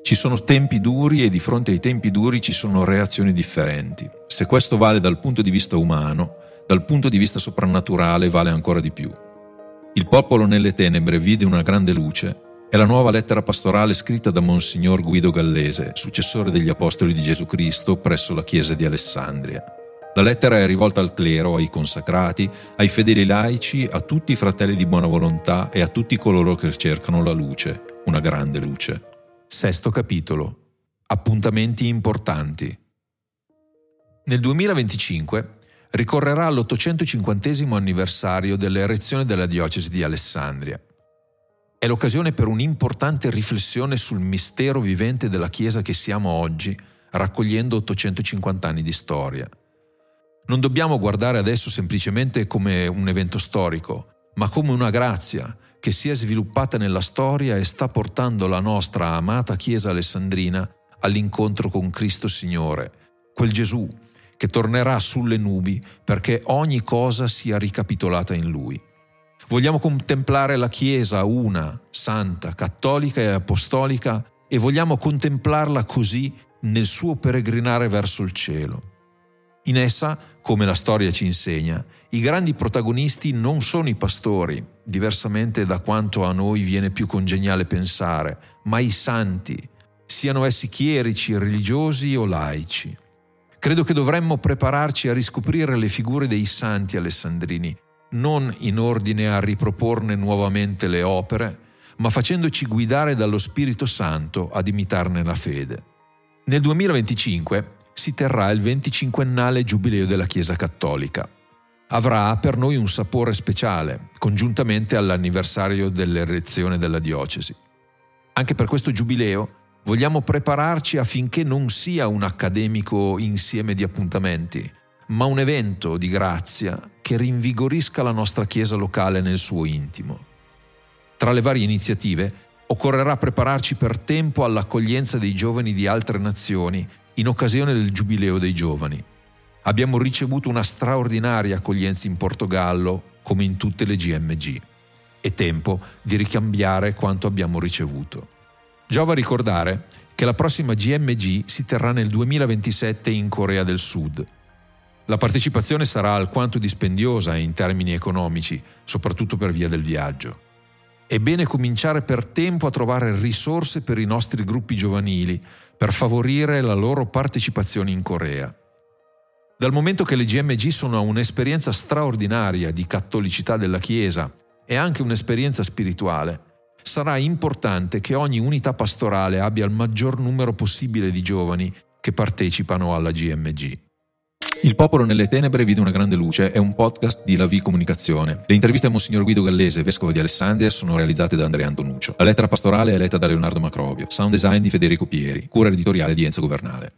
Ci sono tempi duri e di fronte ai tempi duri ci sono reazioni differenti. Se questo vale dal punto di vista umano, dal punto di vista soprannaturale vale ancora di più. Il popolo nelle tenebre vide una grande luce è la nuova lettera pastorale scritta da Monsignor Guido Gallese, successore degli Apostoli di Gesù Cristo presso la Chiesa di Alessandria. La lettera è rivolta al clero, ai consacrati, ai fedeli laici, a tutti i fratelli di buona volontà e a tutti coloro che cercano la luce, una grande luce. Sesto capitolo. Appuntamenti importanti. Nel 2025 ricorrerà l'850° anniversario dell'erezione della diocesi di Alessandria. È l'occasione per un'importante riflessione sul mistero vivente della Chiesa che siamo oggi, raccogliendo 850 anni di storia. Non dobbiamo guardare adesso semplicemente come un evento storico, ma come una grazia che si è sviluppata nella storia e sta portando la nostra amata Chiesa alessandrina all'incontro con Cristo Signore, quel Gesù che tornerà sulle nubi perché ogni cosa sia ricapitolata in Lui. Vogliamo contemplare la Chiesa una, santa, cattolica e apostolica e vogliamo contemplarla così nel suo peregrinare verso il cielo. In essa, come la storia ci insegna, i grandi protagonisti non sono i pastori, diversamente da quanto a noi viene più congeniale pensare, ma i santi, siano essi chierici, religiosi o laici. Credo che dovremmo prepararci a riscoprire le figure dei santi alessandrini, non in ordine a riproporne nuovamente le opere, ma facendoci guidare dallo Spirito Santo ad imitarne la fede. Nel 2025 si terrà il 25ennale giubileo della Chiesa Cattolica. Avrà per noi un sapore speciale, congiuntamente all'anniversario dell'erezione della diocesi. Anche per questo giubileo vogliamo prepararci affinché non sia un accademico insieme di appuntamenti, ma un evento di grazia che rinvigorisca la nostra Chiesa locale nel suo intimo. Tra le varie iniziative occorrerà prepararci per tempo all'accoglienza dei giovani di altre nazioni in occasione del Giubileo dei Giovani. Abbiamo ricevuto una straordinaria accoglienza in Portogallo, come in tutte le GMG. È tempo di ricambiare quanto abbiamo ricevuto. Giova ricordare che la prossima GMG si terrà nel 2027 in Corea del Sud. La partecipazione sarà alquanto dispendiosa in termini economici, soprattutto per via del viaggio. È bene cominciare per tempo a trovare risorse per i nostri gruppi giovanili per favorire la loro partecipazione in Corea. Dal momento che le GMG sono un'esperienza straordinaria di cattolicità della Chiesa e anche un'esperienza spirituale, sarà importante che ogni unità pastorale abbia il maggior numero possibile di giovani che partecipano alla GMG. Il popolo nelle tenebre vide una grande luce è un podcast di La V Comunicazione. Le interviste a Monsignor Guido Gallese, vescovo di Alessandria, sono realizzate da Andrea Antonuccio. La lettera pastorale è letta da Leonardo Macrobio. Sound design di Federico Pieri. Cura editoriale di Enzo Governale.